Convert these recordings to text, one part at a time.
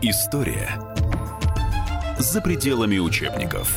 История за пределами учебников.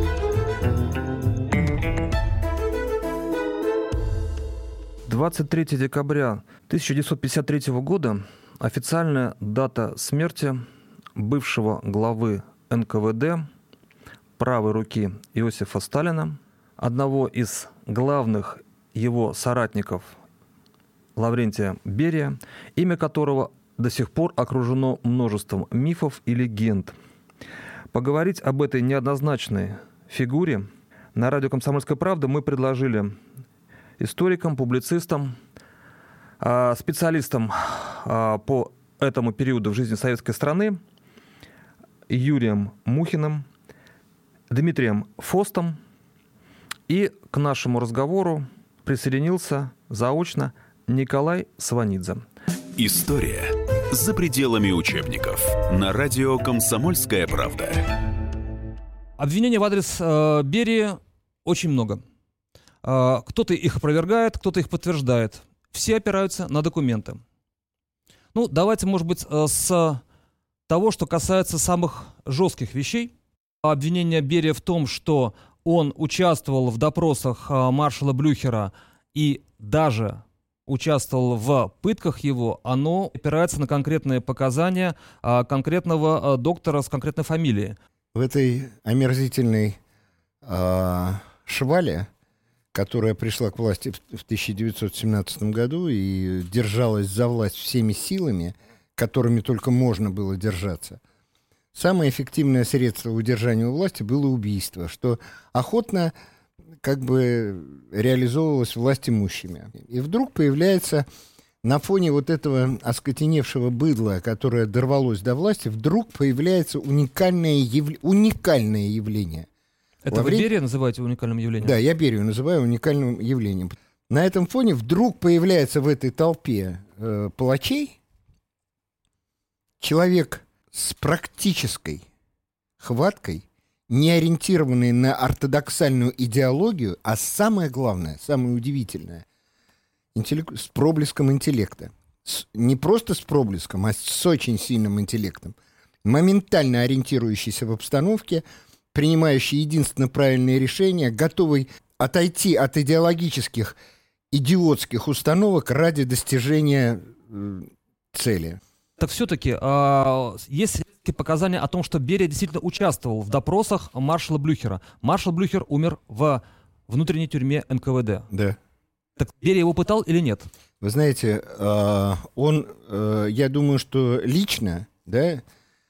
«23 декабря 1953 года официальная дата смерти бывшего главы НКВД, правой руки Иосифа Сталина, одного из главных его соратников Лаврентия Берия, имя которого до сих пор окружено множеством мифов и легенд. Поговорить об этой неоднозначной фигуре на радио «Комсомольская правда» мы предложили историкам, публицистам, специалистам по этому периоду в жизни советской страны Юрием Мухиным, Дмитрием Фостом. И к нашему разговору присоединился заочно Николай Сванидзе. История за пределами учебников. На радио «Комсомольская правда». Обвинений в адрес Берии очень много. Кто-то их опровергает, кто-то их подтверждает. Все опираются на документы. Ну, давайте, может быть, с того, что касается самых жестких вещей. Обвинение Берии в том, что он участвовал в допросах маршала Блюхера и даже участвовал в пытках его, оно опирается на конкретные показания конкретного доктора с конкретной фамилией. В этой омерзительной швале, которая пришла к власти в 1917 году и держалась за власть всеми силами, которыми только можно было держаться, самое эффективное средство удержания у власти было убийство, что охотно как бы реализовывалось властимущими. И вдруг появляется на фоне вот этого оскотеневшего быдла, которое дорвалось до власти, вдруг появляется уникальное явление. Это вы Берия называете уникальным явлением? Да, я Берию называю уникальным явлением. На этом фоне вдруг появляется в этой толпе палачей человек с практической хваткой, не ориентированный на ортодоксальную идеологию, а самое главное, самое удивительное, с проблеском интеллекта. Не просто с проблеском, а с очень сильным интеллектом. Моментально ориентирующийся в обстановке, принимающий единственно правильные решения, готовый отойти от идеологических, идиотских установок ради достижения цели. Так все-таки есть показания о том, что Берия действительно участвовал в допросах маршала Блюхера. Маршал Блюхер умер в внутренней тюрьме НКВД. Да. Так Берия его пытал или нет? Вы знаете, я думаю, что лично, да,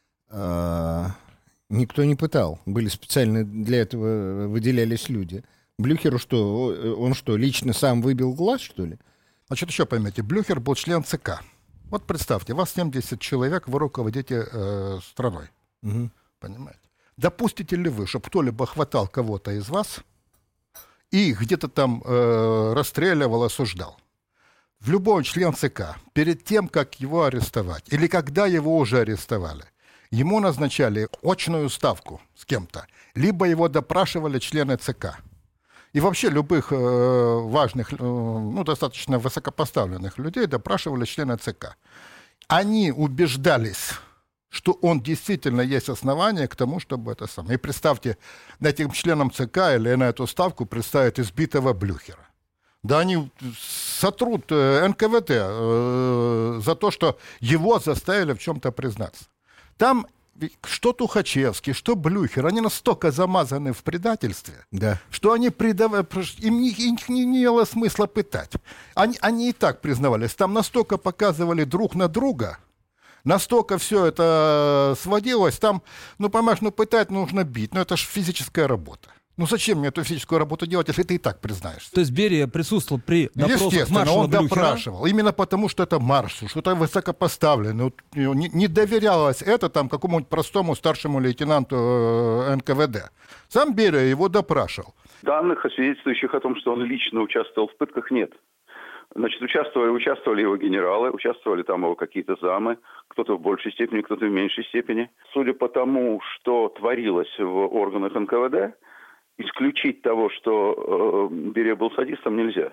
никто не пытал. Были специально для этого выделялись люди. Блюхеру что, он что, лично сам выбил глаз, что ли? Значит, еще поймите, Блюхер был член ЦК. Вот представьте, вас 70 человек, вы руководите страной. Угу. Понимаете? Допустите ли вы, чтобы кто-либо хватал кого-то из вас и где-то там расстреливал, осуждал? В любой член ЦК, перед тем, как его арестовать, или когда его уже арестовали, ему назначали очную ставку с кем-то, либо его допрашивали члены ЦК. И вообще любых важных, достаточно высокопоставленных людей допрашивали члены ЦК. Они убеждались, что он действительно есть основания к тому, чтобы это самое. И представьте, этим членам ЦК или на эту ставку представят избитого Блюхера. Да они сотрут НКВД за то, что его заставили в чем-то признаться. Там что Тухачевский, что Блюхер, они настолько замазаны в предательстве, да, что они им не имело смысла пытать. Они и так признавались. Там настолько показывали друг на друга, настолько все это сводилось. Там, понимаешь, пытать нужно бить. Это же физическая работа. Зачем мне эту физическую работу делать, если ты и так признаешься? То есть Берия присутствовал при допросах маршала он Блюхера? Допрашивал. Именно потому, что это маршал, что это высокопоставленный. Не доверялось это какому-нибудь простому старшему лейтенанту НКВД. Сам Берия его допрашивал. Данных, свидетельствующих о том, что он лично участвовал в пытках, нет. Значит, участвовали его генералы, участвовали там его какие-то замы, кто-то в большей степени, кто-то в меньшей степени. Судя по тому, что творилось в органах НКВД, исключить того, что Берия был садистом, нельзя.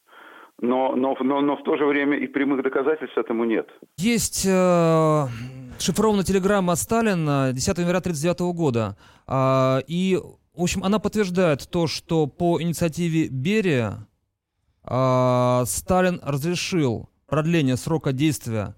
Но в то же время и прямых доказательств этому нет. Есть шифрованная телеграмма Сталина 10 января 1939 года. И, в общем, она подтверждает то, что по инициативе Берия Сталин разрешил продление срока действия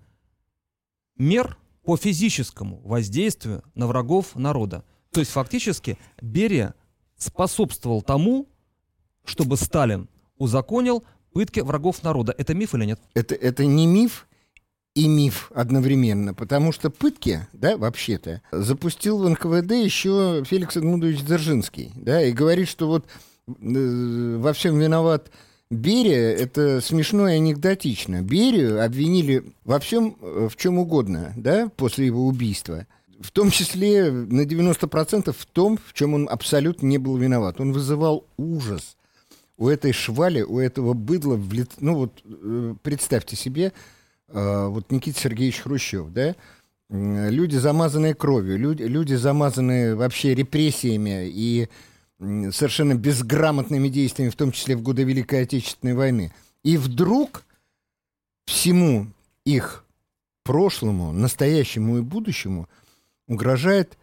мер по физическому воздействию на врагов народа. То есть фактически Берия способствовал тому, чтобы Сталин узаконил пытки врагов народа. Это миф или нет? Это не миф и миф одновременно, потому что пытки, да, вообще-то, запустил в НКВД еще Феликс Эдмундович Дзержинский, да, и говорит, что вот во всем виноват Берия, это смешно и анекдотично. Берию обвинили во всем, в чем угодно, да, после его убийства. В том числе на 90% в том, в чем он абсолютно не был виноват. Он вызывал ужас у этой швали, у этого быдла. Ну вот представьте себе, вот Никита Сергеевич Хрущев, да, люди, замазанные кровью, люди, замазанные вообще репрессиями и совершенно безграмотными действиями, в том числе в годы Великой Отечественной войны. И вдруг всему их прошлому, настоящему и будущему угрожает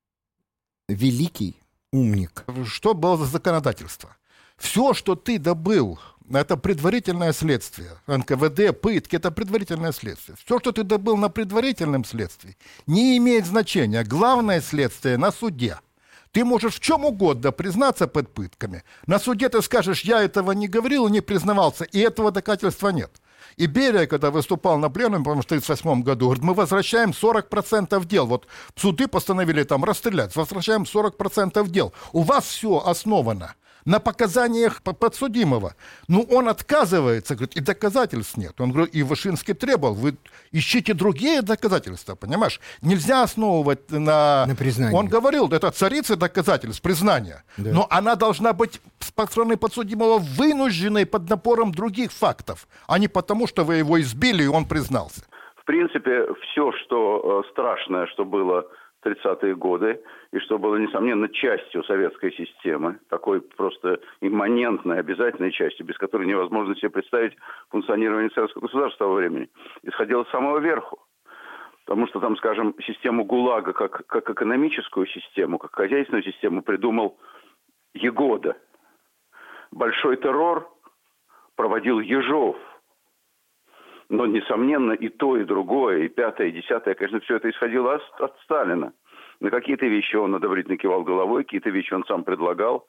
великий умник. Что было за законодательство? Все, что ты добыл, это предварительное следствие. НКВД, пытки — это предварительное следствие. Все, что ты добыл на предварительном следствии, не имеет значения. Главное следствие на суде. Ты можешь в чем угодно признаться под пытками. На суде ты скажешь: я этого не говорил и не признавался, и этого доказательства нет. И Берия, когда выступал на пленуме, по-моему, в 1938 году, говорит: мы возвращаем 40% дел. Вот суды постановили там расстрелять, возвращаем 40% дел. У вас все основано на показаниях подсудимого. Ну, он отказывается, говорит, и доказательств нет. Он говорит, и Вышинский требовал: вы ищите другие доказательства, понимаешь? Нельзя основывать на признание. Он говорил, это царица доказательств, признания. Да. Но она должна быть со стороны подсудимого вынужденной под напором других фактов, а не потому, что вы его избили, и он признался. В принципе, все, что страшное, что было в 30-е годы, и что было, несомненно, частью советской системы, такой просто имманентной, обязательной частью, без которой невозможно себе представить функционирование советского государства того времени, исходило с самого верху. Потому что там, скажем, систему ГУЛАГа как экономическую систему, как хозяйственную систему придумал Ягода. Большой террор проводил Ежов. Но, несомненно, и то, и другое, и пятое, и десятое, конечно, все это исходило от Сталина. На какие-то вещи он одобрительно кивал головой, какие-то вещи он сам предлагал.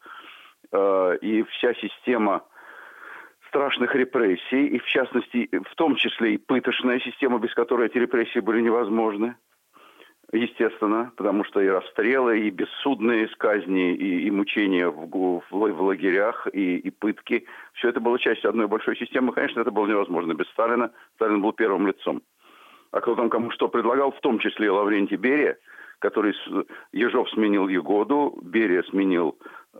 И вся система страшных репрессий, и в частности, в том числе и пыточная система, без которой эти репрессии были невозможны, естественно, потому что и расстрелы, и бессудные казни, и мучения в лагерях, и пытки, все это было частью одной большой системы. Конечно, это было невозможно без Сталина. Сталин был первым лицом. А кто там кому что предлагал, в том числе и Лаврентий Берия, который Ежов сменил Ягоду, Берия сменил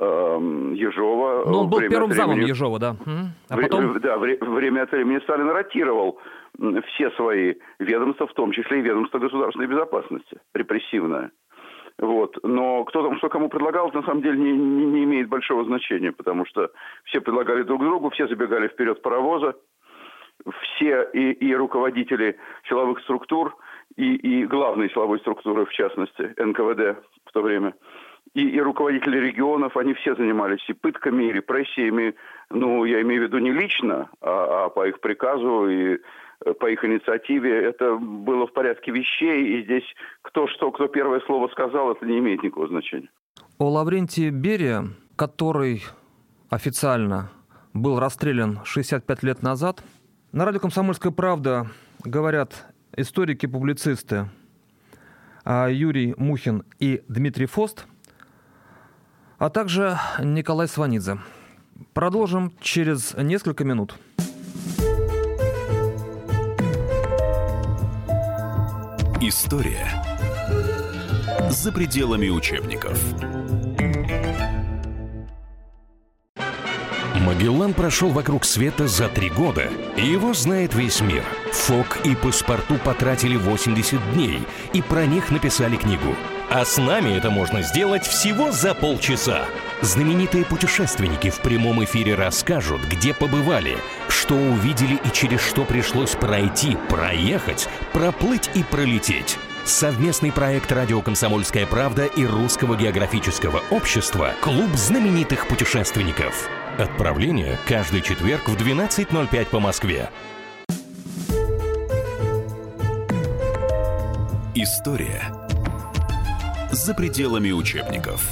Ежова. Ну, он был первым замом Ежова, да. А потом... Да, время от времени Сталин ротировал все свои ведомства, в том числе и ведомство государственной безопасности, репрессивное. Вот. Но кто там что кому предлагал, на самом деле не имеет большого значения, потому что все предлагали друг другу, все забегали вперед паровоза, все и руководители силовых структур, и главной силовой структуры, в частности, НКВД в то время, и руководители регионов, они все занимались и пытками, и репрессиями. Ну, я имею в виду не лично, а по их приказу и по их инициативе. Это было в порядке вещей, и здесь кто первое слово сказал, это не имеет никакого значения. О Лаврентии Берия, который официально был расстрелян 65 лет назад, на радио «Комсомольская правда» говорят историки-публицисты Юрий Мухин и Дмитрий Фост, а также Николай Сванидзе. Продолжим через несколько минут. История за пределами учебников. Магеллан прошел вокруг света за 3 года, и его знает весь мир. Фок и Паспарту потратили 80 дней, и про них написали книгу. А с нами это можно сделать всего за полчаса. Знаменитые путешественники в прямом эфире расскажут, где побывали, что увидели и через что пришлось пройти, проехать, проплыть и пролететь. Совместный проект «Радио Комсомольская правда» и Русского географического общества «Клуб знаменитых путешественников». Отправление каждый четверг в 12:05 по Москве. История за пределами учебников.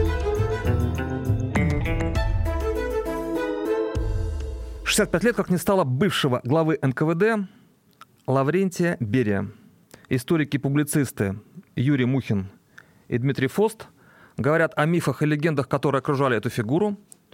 — 65 лет, как не стало бывшего главы НКВД Лаврентия Берия. Историки и публицисты Юрий Мухин и Дмитрий Фост говорят о мифах и легендах, которые окружали эту фигуру.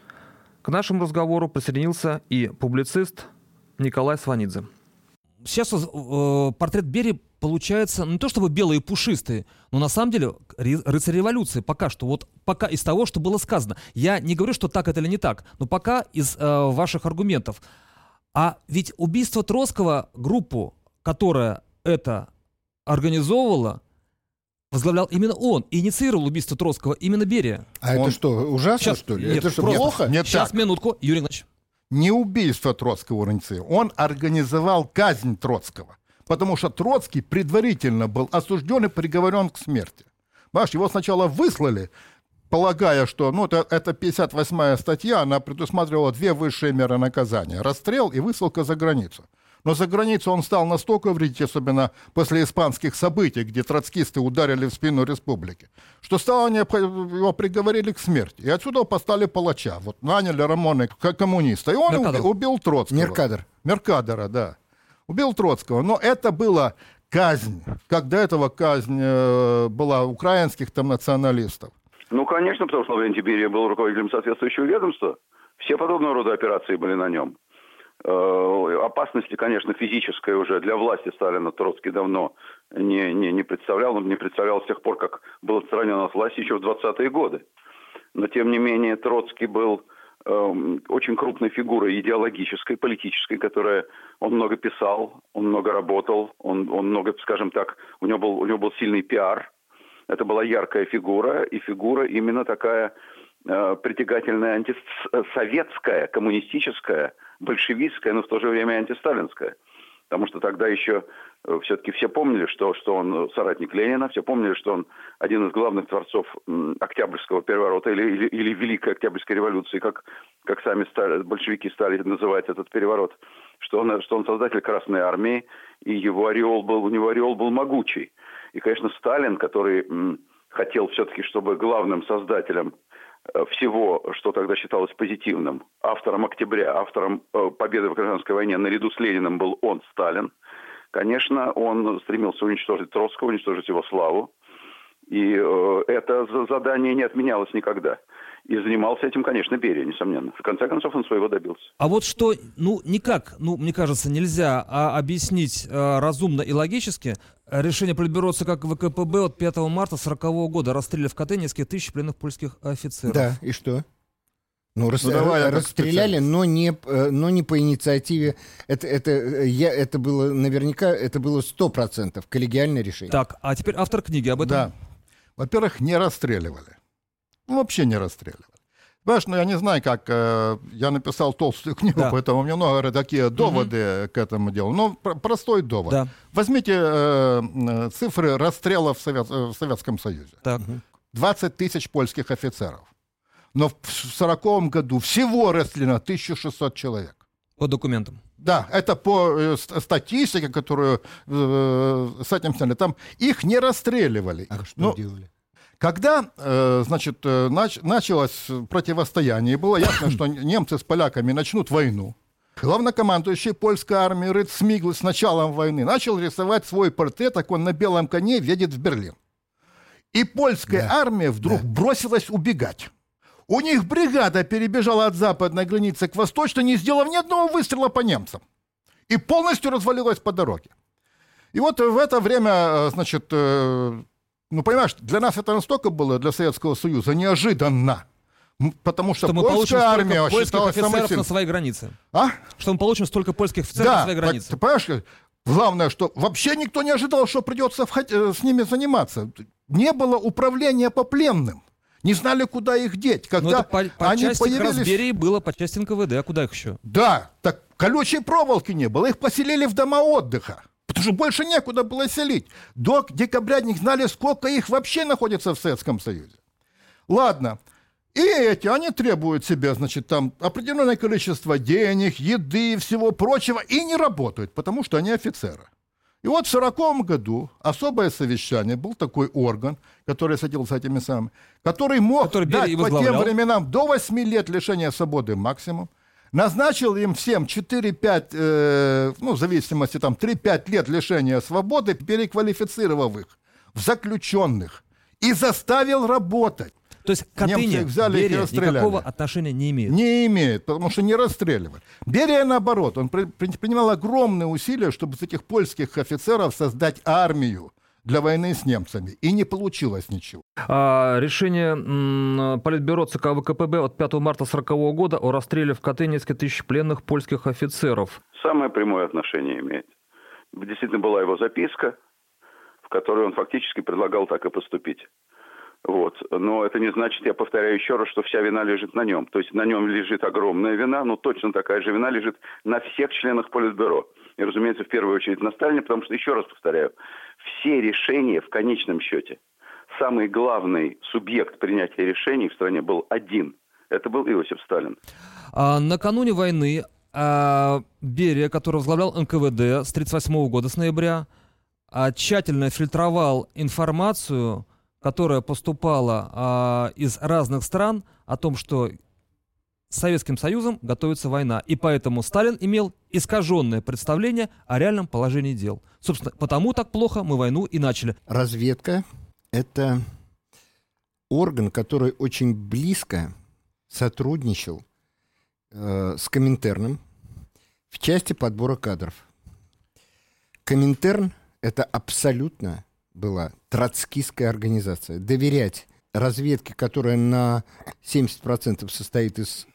К нашему разговору присоединился и публицист Николай Сванидзе. Сейчас портрет Берии получается не то чтобы белый и пушистый, но на самом деле рыцарь революции пока что. Вот пока из того, что было сказано. Я не говорю, что так это или не так, но пока из ваших аргументов. А ведь убийство Троцкого, группу, которая это организовывала, возглавлял именно он. И инициировал убийство Троцкого именно Берия. А это что, ужасно, Сейчас, что ли? нет, Это что, просто- плохо? Нет, Сейчас, так. минутку, Юрий Игнатьевич. Не убийство Троцкого инициировал, он организовал казнь Троцкого. Потому что Троцкий предварительно был осужден и приговорен к смерти. Понимаешь, его сначала выслали, полагая, что это 58-я статья, она предусматривала 2 высшие меры наказания. Расстрел и высылка за границу. Но за границу он стал настолько вредить, особенно после испанских событий, где троцкисты ударили в спину республики, что его приговорили к смерти. И отсюда поставили палача. Вот наняли Рамоны как коммуниста. И он Меркадор. убил Троцкого. Меркадора, да. Убил Троцкого. Но это была казнь. Как до этого казнь была украинских там националистов. Ну, конечно, потому что Лаврентий Берия был руководителем соответствующего ведомства. Все подобного рода операции были на нем. Опасности, конечно, физической уже для власти Сталина Троцкий давно не представлял. Он не представлял с тех пор, как был отстранен от власти еще в 20-е годы. Но, тем не менее, Троцкий был очень крупной фигурой идеологической, политической, которая... Он много писал, он много работал, он много, скажем так, у него был сильный пиар. Это была яркая фигура, и фигура именно такая притягательная, антисоветская, коммунистическая, большевистская, но в то же время антисталинская. Потому что тогда еще все-таки все помнили, что он соратник Ленина, все помнили, что он один из главных творцов Октябрьского переворота или Великой Октябрьской революции, как сами большевики стали называть этот переворот, что он создатель Красной Армии, и у него ореол был могучий. И, конечно, Сталин, который хотел все-таки, чтобы главным создателем всего, что тогда считалось позитивным, автором октября, автором победы в гражданской войне наряду с Лениным был он, Сталин. Конечно, он стремился уничтожить Троцкого, уничтожить его славу. И это задание не отменялось никогда. И занимался этим, конечно, Берия, несомненно. В конце концов, он своего добился. А вот что, никак, мне кажется, нельзя объяснить разумно и логически решение Политбюро ЦК ВКПБ от 5 марта 1940 года расстреляли в Катыни несколько тысяч пленных польских офицеров. Да, и что? давай, Расстреляли, но не по инициативе. Это было наверняка, это было 100% коллегиальное решение. Так, а теперь автор книги об этом. Да. Во-первых, не расстреливали. Вообще не расстреливали. Понимаешь, я не знаю, как... я написал толстую книгу, Да. поэтому у меня много такие доводы к этому делу. Но простой довод. Да. Возьмите цифры расстрелов в Советском Союзе. Так. 20 тысяч польских офицеров. Но в 1940 году всего расстреляно 1600 человек. По документам. Да, это по статистике, которую с этим сняли. Там их не расстреливали. А что делали? Когда, началось противостояние, и было ясно, что немцы с поляками начнут войну, главнокомандующий польской армии Рыцмигл с началом войны начал рисовать свой портрет, как он на белом коне едет в Берлин. И польская армия вдруг бросилась убегать. У них бригада перебежала от западной границы к восточной, не сделав ни одного выстрела по немцам. И полностью развалилась по дороге. И вот в это время, понимаешь, для нас это настолько было, для Советского Союза, неожиданно. Потому что мы получим польская столько армия польских считалась самой офицеров сильной. на своей границе. А? Что мы получим столько польских офицеров на своей границе. Ты понимаешь, главное, что вообще никто не ожидал, что придется с ними заниматься. Не было управления по пленным. Не знали, куда их деть. Когда это по они части появились... Берии было, по части НКВД, а куда их еще? Да, так колючей проволоки не было. Их поселили в дома отдыха. Потому же больше некуда было селить. До декабря не знали, сколько их вообще находится в Советском Союзе. Ладно. И они требуют себе, значит, там определенное количество денег, еды, всего прочего, и не работают, потому что они офицеры. И вот в 1940 году особое совещание, был такой орган, который садился с этими самыми, который мог дать по тем временам до 8 лет лишения свободы максимум, назначил им всем 4-5, в зависимости, там, 3-5 лет лишения свободы, переквалифицировав их в заключенных, и заставил работать. То есть Катыни, Берия никакого отношения не имеет? Не имеет, потому что не расстреливали. Берия, наоборот, он принимал огромные усилия, чтобы из этих польских офицеров создать армию для войны с немцами. И не получилось ничего. Решение Политбюро ЦК ВКПБ от 5 марта 1940 года о расстреле в Катыни несколько тысяч пленных польских офицеров. Самое прямое отношение имеет. Действительно была его записка, в которой он фактически предлагал так и поступить. Вот. Но это не значит, я повторяю еще раз, что вся вина лежит на нем. То есть на нем лежит огромная вина, но точно такая же вина лежит на всех членах Политбюро. И, разумеется, в первую очередь на Сталине, потому что, еще раз повторяю, все решения в конечном счете, самый главный субъект принятия решений в стране был один. Это был Иосиф Сталин. Накануне войны Берия, который возглавлял НКВД с 1938 года, с ноября, тщательно фильтровал информацию, которая поступала из разных стран о том, что с Советским Союзом готовится война. И поэтому Сталин имел искаженное представление о реальном положении дел. Собственно, потому так плохо мы войну и начали. Разведка — это орган, который очень близко сотрудничал с Коминтерном в части подбора кадров. Коминтерн — это абсолютно была троцкистская организация. Доверять разведке, которая на 70% состоит из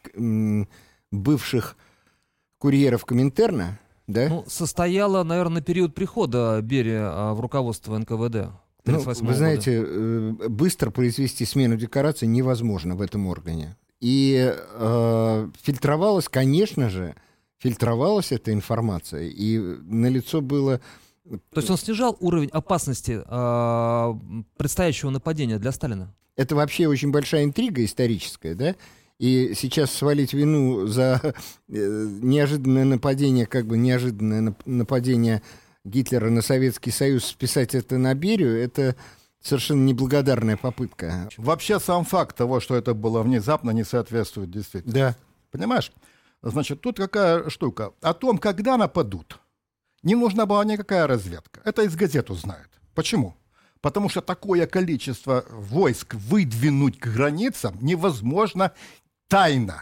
бывших курьеров Коминтерна, да? Состояла, наверное, на период прихода Берия в руководство НКВД. Вы знаете, быстро произвести смену декораций невозможно в этом органе. И фильтровалась, конечно же, эта информация. И налицо было... То есть он снижал уровень опасности предстоящего нападения для Сталина? Это вообще очень большая интрига историческая, да? И сейчас свалить вину за неожиданное нападение Гитлера на Советский Союз, списать это на Берию, это совершенно неблагодарная попытка. Вообще сам факт того, что это было внезапно, не соответствует действительно. Да. Понимаешь? Значит, тут какая штука. О том, когда нападут, не нужна была никакая разведка. Это из газет узнают. Почему? Потому что такое количество войск выдвинуть к границам невозможно тайно.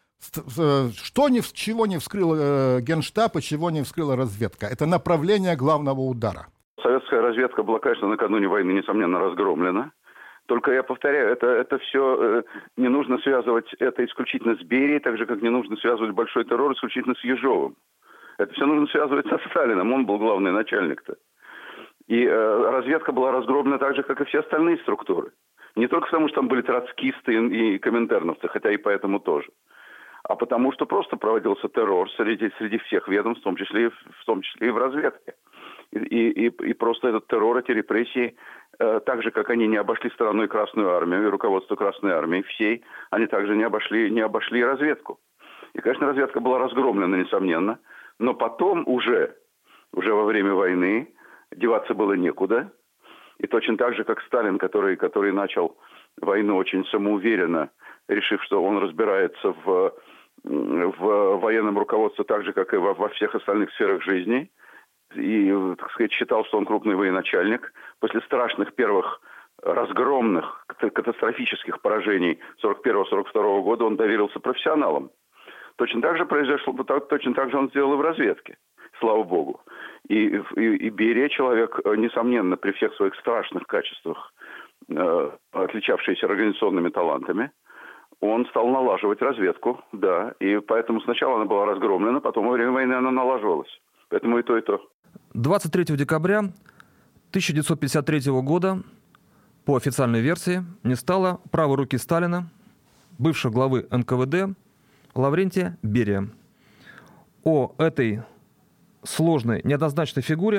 Чего не вскрыл Генштаб и чего не вскрыла разведка? Это направление главного удара. Советская разведка была, конечно, накануне войны, несомненно, разгромлена. Только я повторяю, это все не нужно связывать это исключительно с Берией, так же, как не нужно связывать большой террор исключительно с Ежовым. Это все нужно связывать со Сталином, он был главный начальник-то. И разведка была разгромлена так же, как и все остальные структуры. Не только потому, что там были троцкисты и коминтерновцы, хотя и поэтому тоже. А потому, что просто проводился террор среди всех ведомств, в том числе и в разведке. И просто этот террор, эти репрессии, так же, как они не обошли стороной Красную Армию и руководство Красной Армии всей, они также не обошли разведку. И, конечно, разведка была разгромлена, несомненно. Но потом уже во время войны деваться было некуда. И точно так же, как Сталин, который начал войну очень самоуверенно, решив, что он разбирается в военном руководстве так же, как и во всех остальных сферах жизни, и, так сказать, считал, что он крупный военачальник. После страшных первых разгромных, катастрофических поражений 1941-1942 года он доверился профессионалам. Точно так же он сделал и в разведке, слава богу. И Берия человек, несомненно, при всех своих страшных качествах, отличавшийся организационными талантами, он стал налаживать разведку, да. И поэтому сначала она была разгромлена, потом во время войны она налаживалась. Поэтому и то, и то. 23 декабря 1953 года, по официальной версии, не стало правой руки Сталина, бывшего главы НКВД, Лаврентия Берия. О этой сложной, неоднозначной фигуре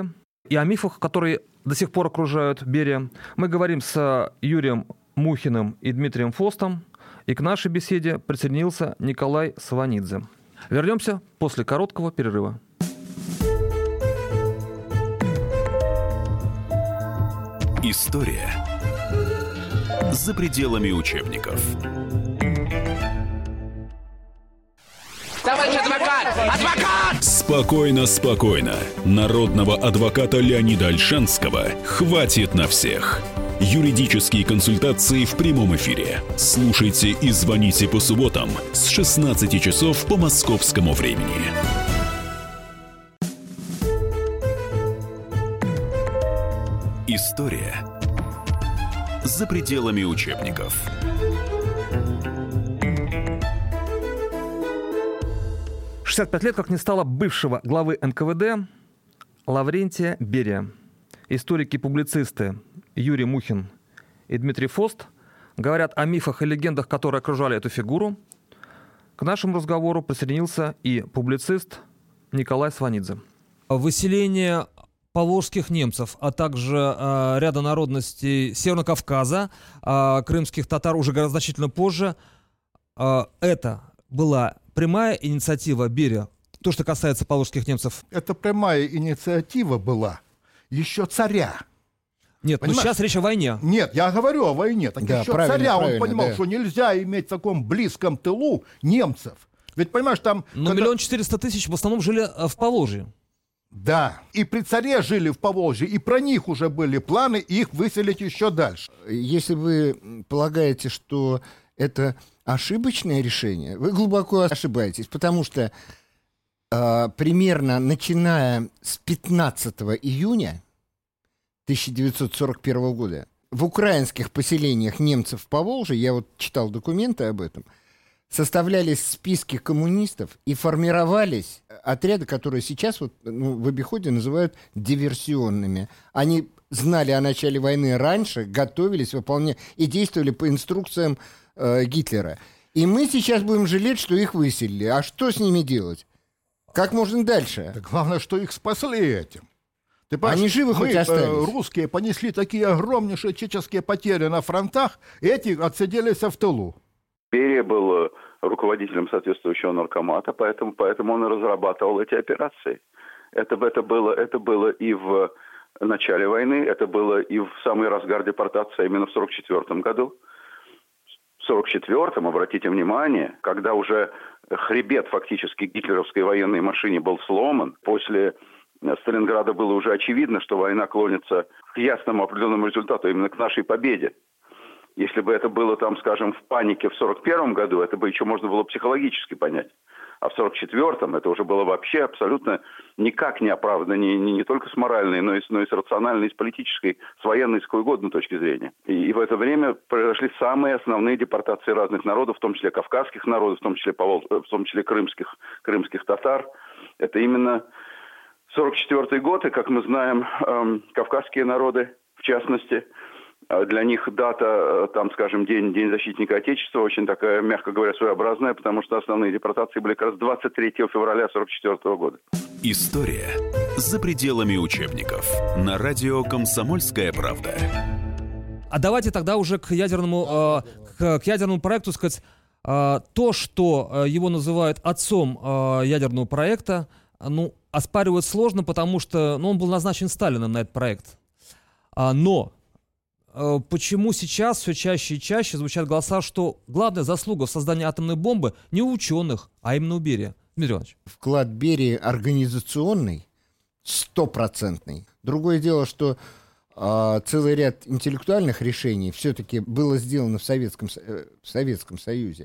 и о мифах, которые до сих пор окружают Берия, мы говорим с Юрием Мухиным и Дмитрием Фостом, и к нашей беседе присоединился Николай Сванидзе. Вернемся после короткого перерыва. История за пределами учебников. Товарищ адвокат! Адвокат! Спокойно, спокойно. Народного адвоката Леонида Ольшанского хватит на всех. Юридические консультации в прямом эфире. Слушайте и звоните по субботам с 16 часов по московскому времени. История за пределами учебников. — 65 лет, как не стало бывшего главы НКВД Лаврентия Берия. Историки и публицисты Юрий Мухин и Дмитрий Фост говорят о мифах и легендах, которые окружали эту фигуру. К нашему разговору присоединился и публицист Николай Сванидзе. Выселение поволжских немцев, а также ряда народностей Северного Кавказа, крымских татар уже гораздо значительно позже, это была прямая инициатива Берия, то, что касается поволжских немцев. Это прямая инициатива была еще царя. Нет, понимаешь? Ну сейчас речь о войне. Нет, я говорю о войне. Так Да, еще правильно, царя, он правильно, понимал, да. что нельзя иметь в таком близком тылу немцев. Ведь, понимаешь, там... Но когда- 1 400 000 в основном жили в Поволжье. Да, и при царе жили в Поволжье, и про них уже были планы их выселить еще дальше. Если вы полагаете, что это ошибочное решение, вы глубоко ошибаетесь, потому что примерно начиная с 15 июня 1941 года в украинских поселениях немцев в Поволжье, я вот читал документы об этом, составлялись списки коммунистов и формировались отряды, которые сейчас вот, в обиходе называют диверсионными. Они знали о начале войны раньше, готовились, выполняли и действовали по инструкциям Гитлера. И мы сейчас будем жалеть, что их выселили. А что с ними делать? Как можно дальше? Да главное, что их спасли этим. Ты понимаешь, Они живы хоть остались? Русские понесли такие огромнейшие чеченские потери на фронтах, эти отсиделись в тылу. Берия был руководителем соответствующего наркомата, поэтому он и разрабатывал эти операции. Это было и в начале войны, это было и в самый разгар депортации, именно в 1944 году. В 1944-м, обратите внимание, когда уже хребет фактически гитлеровской военной машине был сломан, после Сталинграда было уже очевидно, что война клонится к ясному определенному результату, именно к нашей победе. Если бы это было, там, скажем, в панике в 1941 году, это бы еще можно было психологически понять. А в 1944-м это уже было вообще абсолютно никак не оправдано, не только с моральной, но и с рациональной, и с политической, с военной, с какой угодно точки зрения. И в это время произошли самые основные депортации разных народов, в том числе кавказских народов, в том числе крымских татар. Это именно 1944 год, и, как мы знаем, кавказские народы, в частности, для них дата, там, скажем, День защитника Отечества, очень такая, мягко говоря, своеобразная, потому что основные депортации были как раз 23 февраля 1944 года. История за пределами учебников. На радио «Комсомольская правда». А давайте тогда уже к ядерному проекту сказать, то, что его называют отцом ядерного проекта, оспаривать сложно, потому что он был назначен Сталиным на этот проект. Но почему сейчас все чаще и чаще звучат голоса, что главная заслуга в создании атомной бомбы не у ученых, а именно у Берия? Дмитрий Иванович. Вклад Берии организационный, 100%. Другое дело, что целый ряд интеллектуальных решений все-таки было сделано в Советском Союзе.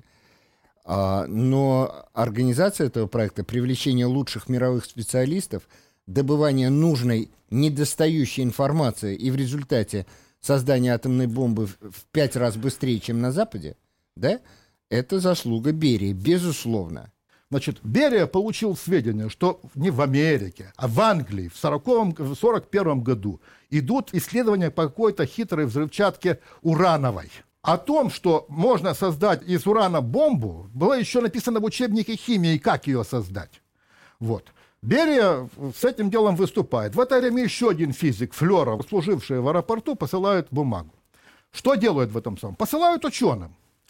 Но организация этого проекта, привлечение лучших мировых специалистов, добывание нужной недостающей информации и в результате создание атомной бомбы в 5 раз быстрее, чем на Западе, да, это заслуга Берии, безусловно. Значит, Берия получил сведения, что не в Америке, а в Англии в 1941 году идут исследования по какой-то хитрой взрывчатке урановой. О том, что можно создать из урана бомбу, было еще написано в учебнике химии, как ее создать. Вот. Берия с этим делом выступает. В это время еще один физик, Флёров, служивший в аэропорту, посылает бумагу. Что делают в этом самом? Посылают ученым.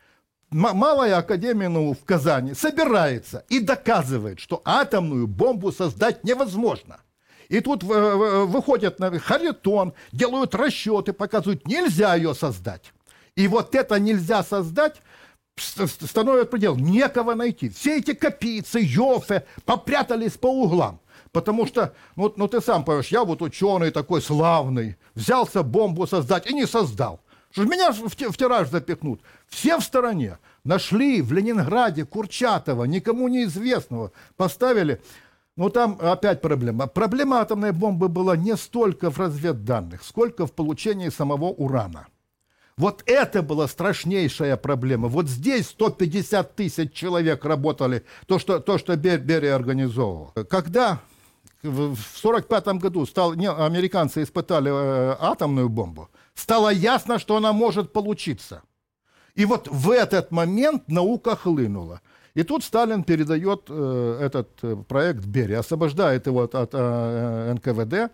Малая академия наук в Казани собирается и доказывает, что атомную бомбу создать невозможно. И тут выходят на Харитон, делают расчеты, показывают, нельзя ее создать. И вот это нельзя создать становится пределом. Некого найти. Все эти Капицы, Йоффе попрятались по углам. Потому что, ну ты сам понимаешь, я вот ученый такой славный, взялся бомбу создать и не создал. Что ж меня в тираж запихнут? Все в стороне. Нашли в Ленинграде Курчатова, никому неизвестного, поставили. Но там опять проблема. Проблема атомной бомбы была не столько в разведданных, сколько в получении самого урана. Вот это была страшнейшая проблема. Вот здесь 150 тысяч человек работали, то, что Берия организовывал. Когда в 1945 году американцы испытали атомную бомбу, стало ясно, что она может получиться. И вот в этот момент наука хлынула. И тут Сталин передает этот проект Берии, освобождает его от НКВД,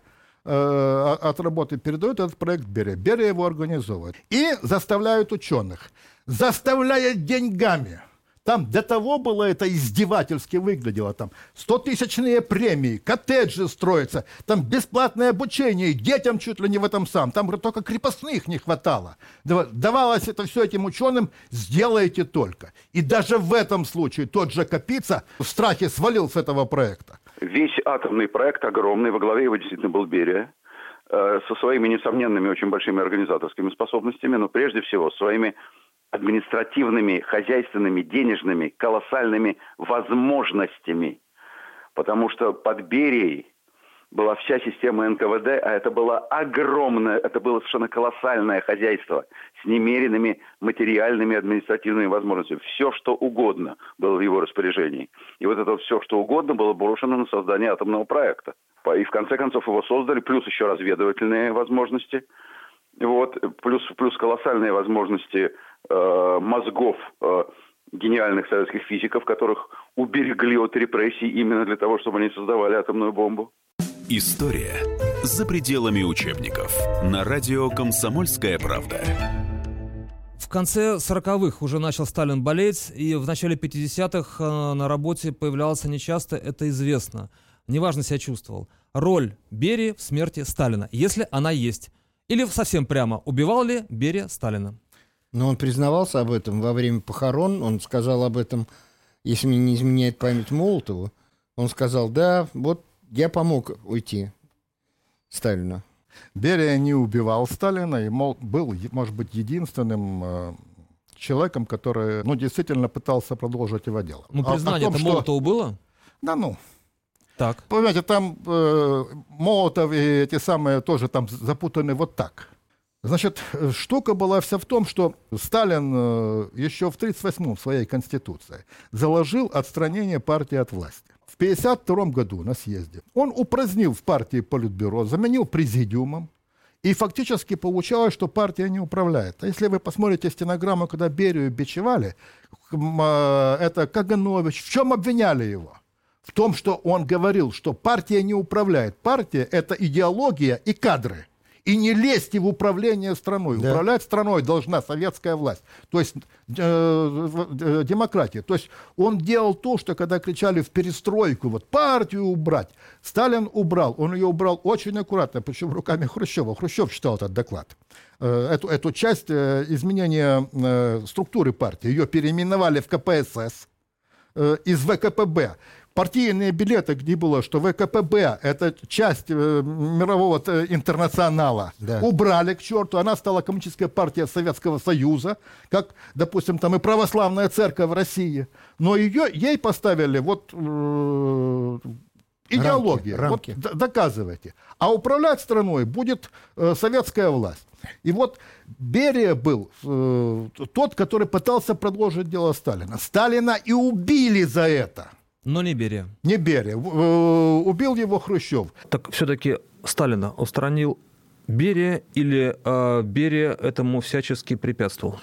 от работы, передает этот проект Берия. Берия его организовывает. И заставляют ученых. Заставляет деньгами. Там до того было это издевательски выглядело. Там 100-тысячные премии, коттеджи строятся, там бесплатное обучение, детям чуть ли не в этом самом. Там только крепостных не хватало. Давалось это все этим ученым, сделайте только. И даже в этом случае тот же Капица в страхе свалил с этого проекта. Весь атомный проект огромный, во главе его действительно был Берия, со своими несомненными очень большими организаторскими способностями, но прежде всего своими административными, хозяйственными, денежными, колоссальными возможностями. Потому что под Берией была вся система НКВД, а это было огромное, это было совершенно колоссальное хозяйство с немеренными материальными, административными возможностями. Все, что угодно было в его распоряжении. И вот это все, что угодно, было брошено на создание атомного проекта. И в конце концов его создали, плюс еще разведывательные возможности, вот, плюс колоссальные возможности мозгов гениальных советских физиков, которых уберегли от репрессий именно для того, чтобы они создавали атомную бомбу. История за пределами учебников. На радио «Комсомольская правда». В конце 40-х уже начал Сталин болеть, и в начале 50-х на работе появлялся нечасто, это известно. Неважно себя чувствовал. Роль Берии в смерти Сталина, если она есть. Или совсем прямо, убивал ли Берия Сталина? Но он признавался об этом во время похорон. Он сказал об этом, если мне не изменяет память, Молотову. Он сказал, да, вот я помог уйти Сталину. Берия не убивал Сталина и был, может быть, единственным человеком, который действительно пытался продолжить его дело. Ну, признание это Молотову было? Да, Так. Понимаете, там Молотов и эти самые тоже там запутаны вот так. Значит, штука была вся в том, что Сталин еще в 1938-м в своей Конституции заложил отстранение партии от власти. В 1952 году на съезде он упразднил в партии Политбюро, заменил президиумом, и фактически получалось, что партия не управляет. А если вы посмотрите стенограмму, когда Берию бичевали, это Каганович, в чем обвиняли его? В том, что он говорил, что партия не управляет. Партия – это идеология и кадры. И не лезьте в управление страной. Да. Управлять страной должна советская власть. То есть демократия. То есть он делал то, что когда кричали в перестройку, вот партию убрать, Сталин убрал. Он ее убрал очень аккуратно, причем руками Хрущева. Хрущев читал этот доклад. Эту часть изменения структуры партии. Ее переименовали в КПСС из ВКПБ. Партийные билеты, где было, что ВКПБ – это часть мирового интернационала, да. Убрали к черту. Она стала Коммунистическая партия Советского Союза, как, допустим, там и Православная Церковь в России. Но ей поставили вот идеология. Рамки. Вот доказывайте. А управлять страной будет советская власть. И вот Берия был тот, который пытался продолжить дело Сталина. Сталина и убили за это. Но не Берия. Не Берия. Убил его Хрущев. Так все-таки Сталина устранил Берия или Берия этому всячески препятствовал?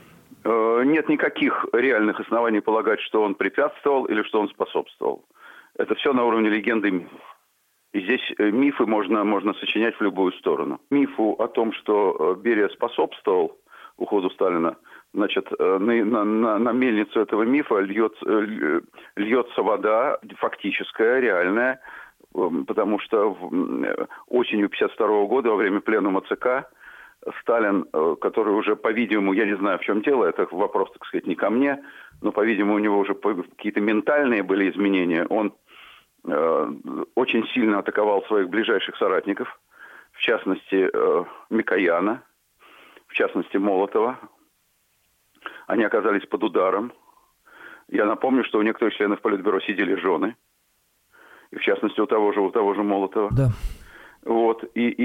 Нет никаких реальных оснований полагать, что он препятствовал или что он способствовал. Это все на уровне легенды и мифов. И здесь мифы можно сочинять в любую сторону. Мифу о том, что Берия способствовал уходу Сталина, значит, на мельницу этого мифа льется вода фактическая, реальная, потому что осенью 1952 года, во время пленума ЦК, Сталин, который уже, по-видимому, я не знаю, в чем дело, это вопрос, так сказать, не ко мне, но, по-видимому, у него уже какие-то ментальные были изменения, он очень сильно атаковал своих ближайших соратников, в частности, Микояна, в частности, Молотова. Они оказались под ударом. Я напомню, что у некоторых членов Политбюро сидели жены, и в частности, у того же Молотова. Да. Вот,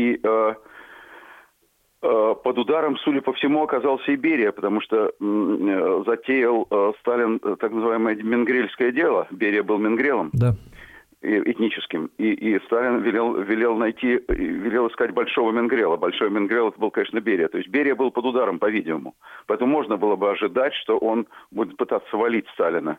под ударом, судя по всему, оказался и Берия, потому что затеял Сталин так называемое менгрельское дело. Берия был менгрелом. Да. Этническим. И Сталин велел искать большого менгрела. Большой менгрел это был, конечно, Берия. То есть Берия был под ударом, по-видимому. Поэтому можно было бы ожидать, что он будет пытаться валить Сталина.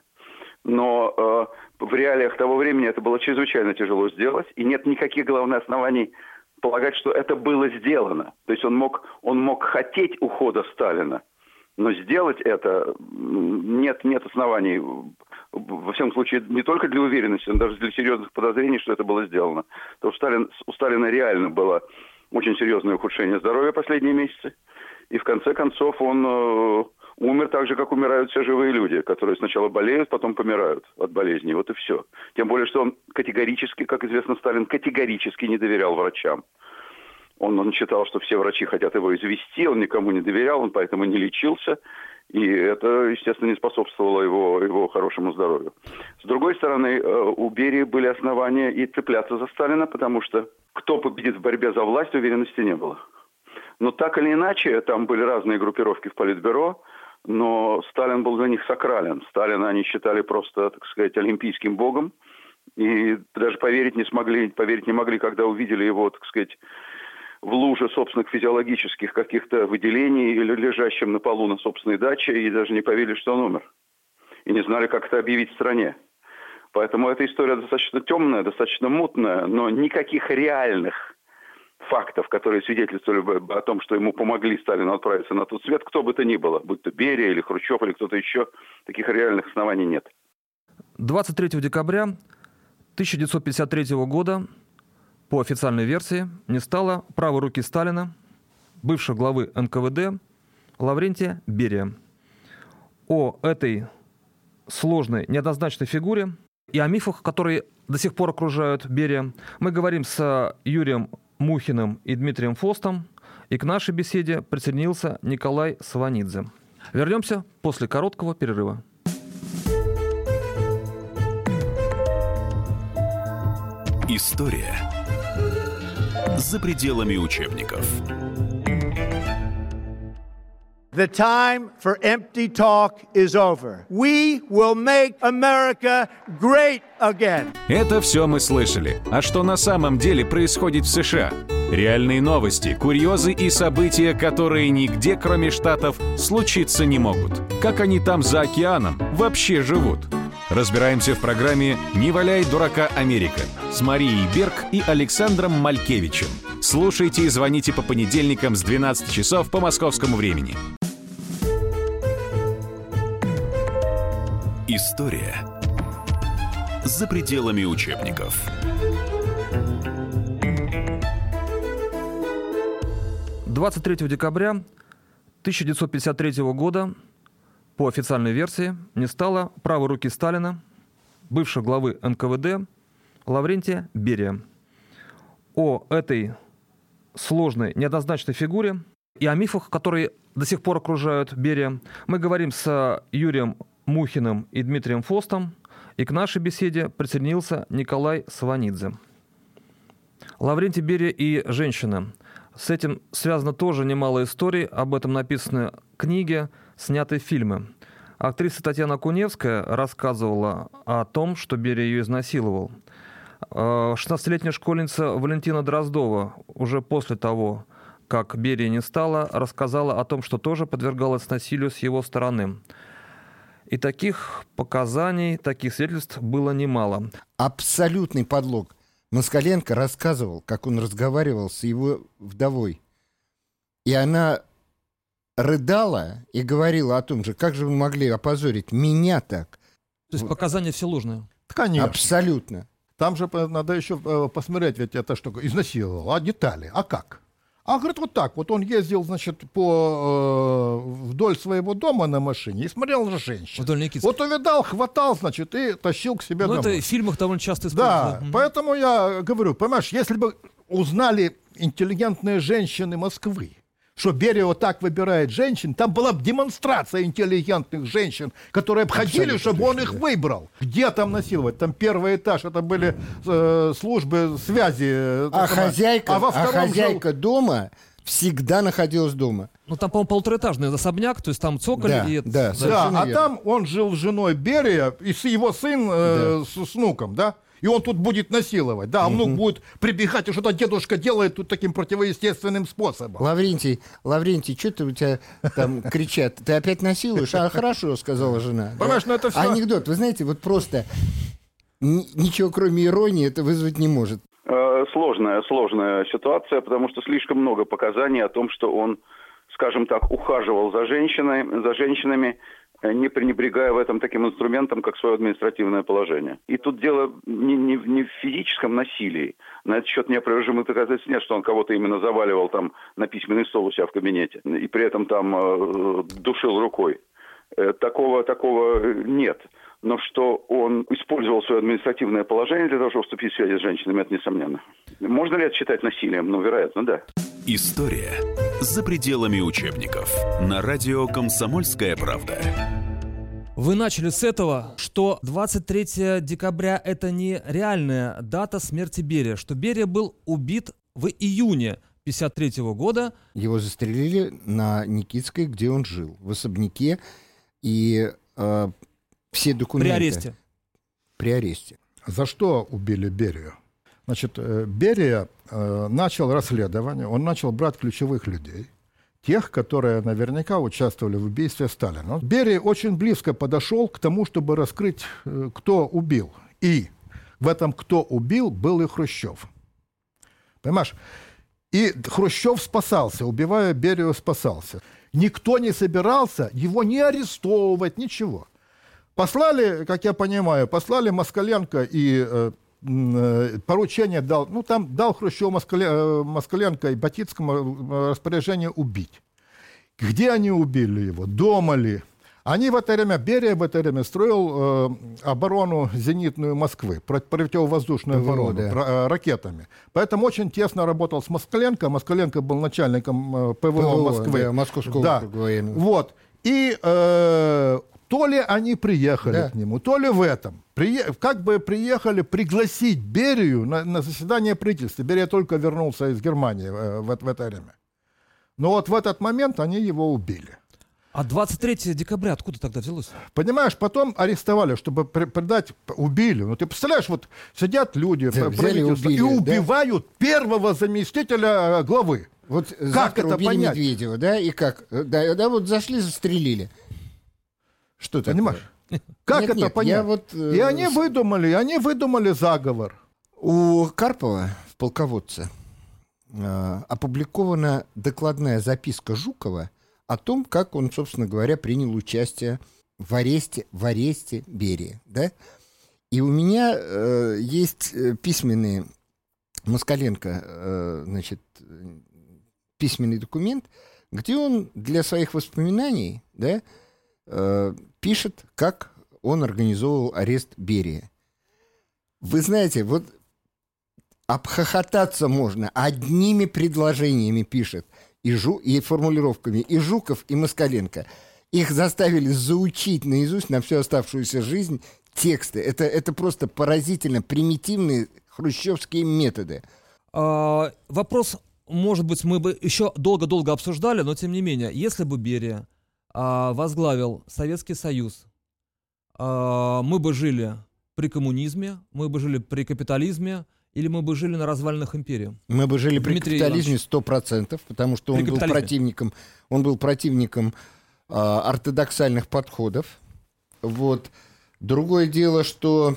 Но в реалиях того времени это было чрезвычайно тяжело сделать. И нет никаких главных оснований полагать, что это было сделано. То есть он мог хотеть ухода Сталина. Но сделать это нет оснований, во всяком случае, не только для уверенности, но даже для серьезных подозрений, что это было сделано. Потому что у Сталина реально было очень серьезное ухудшение здоровья последние месяцы. И в конце концов он умер так же, как умирают все живые люди, которые сначала болеют, потом помирают от болезней. Вот и все. Тем более, что он категорически, как известно, Сталин категорически не доверял врачам. Он считал, что все врачи хотят его извести, он никому не доверял, он поэтому не лечился. И это, естественно, не способствовало его хорошему здоровью. С другой стороны, у Берии были основания и цепляться за Сталина, потому что кто победит в борьбе за власть, уверенности не было. Но так или иначе, там были разные группировки в Политбюро, но Сталин был для них сакрален. Сталина они считали просто, так сказать, олимпийским богом. И даже поверить не могли, когда увидели его, так сказать, в луже собственных физиологических каких-то выделений или лежащим на полу на собственной даче, и даже не поверили, что он умер. И не знали, как это объявить в стране. Поэтому эта история достаточно темная, достаточно мутная, но никаких реальных фактов, которые свидетельствовали бы о том, что ему помогли Сталину отправиться на тот свет, кто бы то ни было, будь то Берия или Хрущев или кто-то еще, таких реальных оснований нет. 23 декабря 1953 года по официальной версии, не стало правой руки Сталина, бывшего главы НКВД Лаврентия Берия. О этой сложной, неоднозначной фигуре и о мифах, которые до сих пор окружают Берия, мы говорим с Юрием Мухиным и Дмитрием Фостом, и к нашей беседе присоединился Николай Сванидзе. Вернемся после короткого перерыва. История за пределами учебников. The time for empty talk is over. We will make America great again. Это все мы слышали. А что на самом деле происходит в США? Реальные новости, курьезы и события, которые нигде, кроме Штатов, случиться не могут. Как они там за океаном вообще живут? Разбираемся в программе «Не валяй дурака, Америка» с Марией Берг и Александром Малькевичем. Слушайте и звоните по понедельникам с 12 часов по московскому времени. История за пределами учебников. — 23 декабря 1953 года по официальной версии не стало правой руки Сталина, бывшего главы НКВД Лаврентия Берия. О этой сложной, неоднозначной фигуре и о мифах, которые до сих пор окружают Берия, мы говорим с Юрием Мухиным и Дмитрием Фостом, и к нашей беседе присоединился Николай Сванидзе. Лаврентий Берия и женщина. С этим связано тоже немало историй, об этом написаны книги, сняты фильмы. Актриса Татьяна Куневская рассказывала о том, что Берия ее изнасиловал. 16-летняя школьница Валентина Дроздова уже после того, как Берии не стало, рассказала о том, что тоже подвергалась насилию с его стороны. И таких показаний, таких свидетельств было немало. Абсолютный подлог. Москаленко рассказывал, как он разговаривал с его вдовой. И она рыдала и говорила о том же, как же вы могли опозорить меня так. То есть показания все ложные? Конечно. Абсолютно. Там же надо еще посмотреть, ведь это что, изнасиловал, а детали, а как? А говорит, вот так, вот он ездил, значит, вдоль своего дома на машине и смотрел на женщин. Вдоль Никитского. Вот увидал, хватал, значит, и тащил к себе домой. Это в фильмах довольно часто Да, используют. поэтому я говорю, понимаешь, если бы узнали интеллигентные женщины Москвы, что Берия вот так выбирает женщин, там была бы демонстрация интеллигентных женщин, которые обходили, абсолютно, чтобы он их выбрал. Где там насиловать? Там первый этаж, это были службы связи. А хозяйка дома всегда находилась дома. Ну там, по-моему, полутораэтажный особняк, то есть там цоколь. Да, и... да, а там он жил с женой Берия и его сын с внуком, да? И он тут будет насиловать. Да, а внук будет прибегать, и что-то дедушка делает тут таким противоестественным способом. Лаврентий, что-то у тебя там кричат. Ты опять насилуешь? А, хорошо, сказала жена. Понимаешь, ну это все... Анекдот, вы знаете, вот просто ничего кроме иронии это вызвать не может. Сложная ситуация, потому что слишком много показаний о том, что он, скажем так, ухаживал за женщинами, не пренебрегая в этом таким инструментом, как свое административное положение. И тут дело не в физическом насилии. На этот счет неопровержимых доказательств нет, что он кого-то именно заваливал там на письменный стол у себя в кабинете и при этом там душил рукой. Такого нет. Но что он использовал свое административное положение для того, чтобы вступить в связи с женщинами, это несомненно. Можно ли это считать насилием? Ну, вероятно, да. История за пределами учебников. На радио «Комсомольская правда». Вы начали с этого, что 23 декабря это не реальная дата смерти Берия, что Берия был убит в июне 1953 года. Его застрелили на Никитской, где он жил, в особняке, и все документы... При аресте. За что убили Берию? Значит, Берия начал расследование, он начал брать ключевых людей, тех, которые наверняка участвовали в убийстве Сталина. Берия очень близко подошел к тому, чтобы раскрыть, кто убил. И в этом «кто убил» был и Хрущев. Понимаешь? И Хрущев спасался, убивая Берию, спасался. Никто не собирался его не арестовывать, ничего. Послали, как я понимаю, Москаленко и поручение дал, там дал Хрущев Москаленко и Батицкому распоряжение убить. Где они убили его? Дома ли? Они в это время, Берия в это время строил оборону зенитную Москвы, противовоздушную оборону, ракетами. Поэтому очень тесно работал с Москаленко. Москаленко был начальником ПВО Москвы. Да, Московского округа военного. Вот. И то ли они приехали к нему, то ли в этом. Как бы приехали пригласить Берию на заседание правительства. Берия только вернулся из Германии в это время. Но вот в этот момент они его убили. А 23 декабря откуда тогда взялось? Понимаешь, потом арестовали, чтобы предать, убили. Ну ты представляешь, вот сидят люди и убивают первого заместителя главы. Вот как это убили понять? Медведева, да, и как? Да, вот зашли, застрелили. Что такое? Понимаешь? Как это понять? И они выдумали заговор. У Карпова в «Полководце» опубликована докладная записка Жукова о том, как он, собственно говоря, принял участие в аресте Берии. Да? И у меня есть письменный Москаленко, письменный документ, где он для своих воспоминаний, да, пишет, как он организовывал арест Берии. Вы знаете, вот обхохотаться можно, одними предложениями пишет, и формулировками, и Жуков, и Москаленко. Их заставили заучить наизусть на всю оставшуюся жизнь тексты. Это просто поразительно примитивные хрущевские методы. Вопрос, может быть, мы бы еще долго-долго обсуждали, но тем не менее, если бы Берия возглавил Советский Союз, мы бы жили при коммунизме, мы бы жили при капитализме, или мы бы жили на развалинах империи? Мы бы жили при капитализме 100%, потому что он был противником ортодоксальных подходов. Вот. Другое дело, что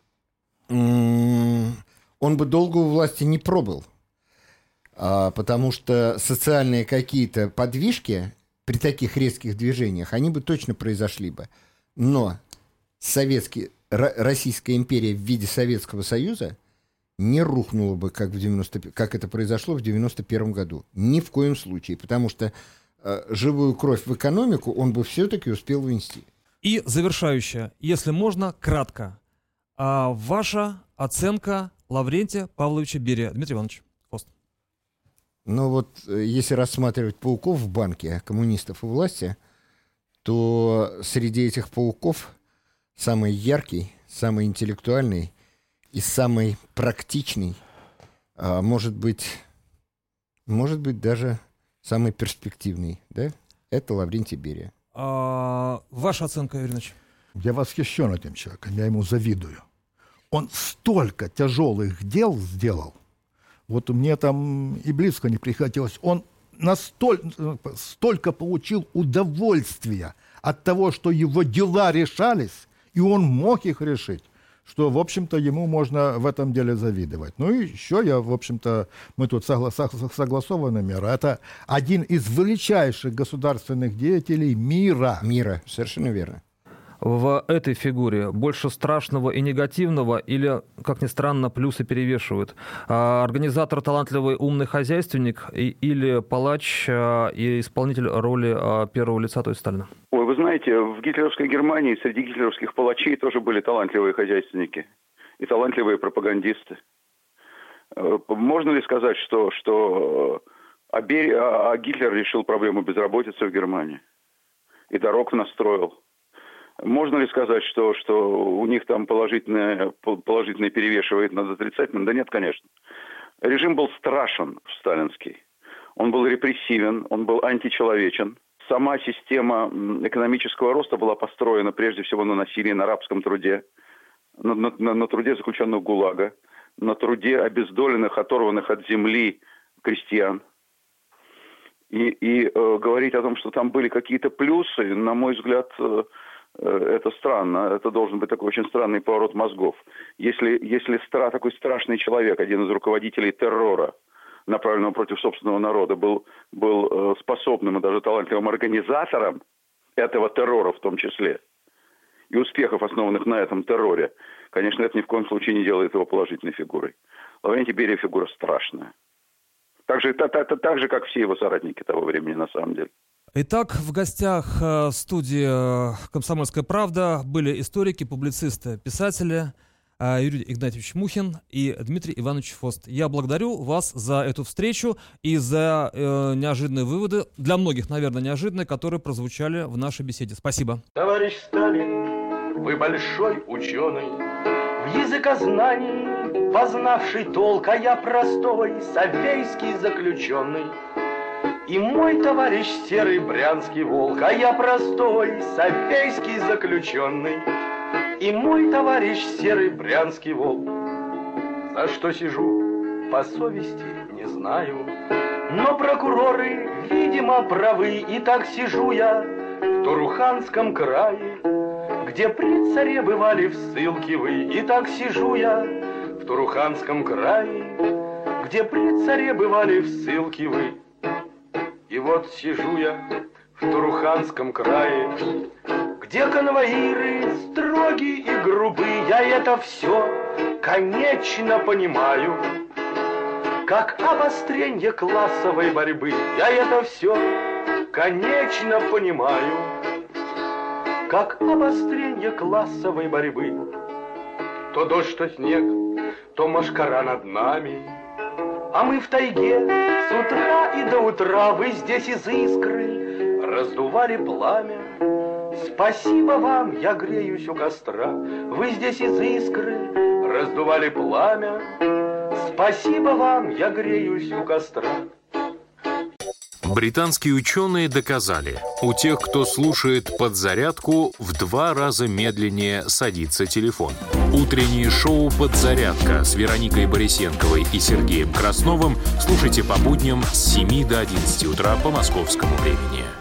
он бы долго у власти не пробыл, потому что социальные какие-то подвижки при таких резких движениях, они бы точно произошли бы. Но Российская империя в виде Советского Союза не рухнула бы, как это произошло в 1991 году. Ни в коем случае, потому что живую кровь в экономику он бы все-таки успел внести. И завершающая, если можно, кратко. Ваша оценка Лаврентия Павловича Берия. Дмитрий Иванович Фост. Ну вот, если рассматривать пауков в банке коммунистов у власти, то среди этих пауков самый яркий, самый интеллектуальный и самый практичный, может быть даже самый перспективный, да? Это Лаврентий Берия. Ваша оценка, Юрий Ильич? Я восхищен этим человеком, я ему завидую. Он столько тяжелых дел сделал, вот мне там и близко не приходилось. Он столько получил удовольствия от того, что его дела решались, и он мог их решить, что, в общем-то, ему можно в этом деле завидовать. Ну и еще мы тут согласованы мира. Это один из величайших государственных деятелей мира. Мира, совершенно верно. В этой фигуре больше страшного и негативного или, как ни странно, плюсы перевешивают? Организатор, талантливый, умный хозяйственник или палач и исполнитель роли первого лица, то есть Сталина? Ой, вы знаете, в гитлеровской Германии среди гитлеровских палачей тоже были талантливые хозяйственники и талантливые пропагандисты. Можно ли сказать, что Гитлер решил проблему безработицы в Германии и дорог настроил? Можно ли сказать, что у них там положительное перевешивает над отрицательным? Да нет, конечно. Режим был страшен, сталинский. Он был репрессивен, он был античеловечен. Сама система экономического роста была построена прежде всего на насилии, на рабском труде, на труде заключенных ГУЛАГа, на труде обездоленных, оторванных от земли крестьян. И говорить о том, что там были какие-то плюсы, на мой взгляд, это странно. Это должен быть такой очень странный поворот мозгов. Если такой страшный человек, один из руководителей террора, направленного против собственного народа, был способным и даже талантливым организатором этого террора в том числе, и успехов, основанных на этом терроре, конечно, это ни в коем случае не делает его положительной фигурой. Лаврентий Берия фигура страшная. Так же, как все его соратники того времени, на самом деле. Итак, в гостях студии «Комсомольская правда» были историки, публицисты, писатели Юрий Игнатьевич Мухин и Дмитрий Иванович Фост. Я благодарю вас за эту встречу и за неожиданные выводы, для многих, наверное, неожиданные, которые прозвучали в нашей беседе. Спасибо. Товарищ Сталин, вы большой ученый, в языкознании познавший толк, а я простой совейский заключенный. И мой товарищ серый брянский волк, а я простой совейский заключенный. И мой товарищ серый брянский волк. За что сижу, по совести не знаю, но прокуроры, видимо, правы. И так сижу я в Туруханском крае, где при царе бывали в ссылке вы. И так сижу я в Туруханском крае, где при царе бывали в ссылке вы. И вот сижу я в Туруханском крае, где конвоиры строгие и грубые. Я это все, конечно, понимаю, как обострение классовой борьбы. Я это все, конечно, понимаю, как обострение классовой борьбы. То дождь, то снег, то мошкара над нами, а мы в тайге с утра и до утра. Вы здесь из искры раздували пламя. Спасибо вам, я греюсь у костра. Вы здесь из искры раздували пламя. Спасибо вам, я греюсь у костра. Британские ученые доказали, у тех, кто слушает «Подзарядку», в 2 раза медленнее садится телефон. Утреннее шоу «Подзарядка» с Вероникой Борисенковой и Сергеем Красновым слушайте по будням с 7 до 11 утра по московскому времени.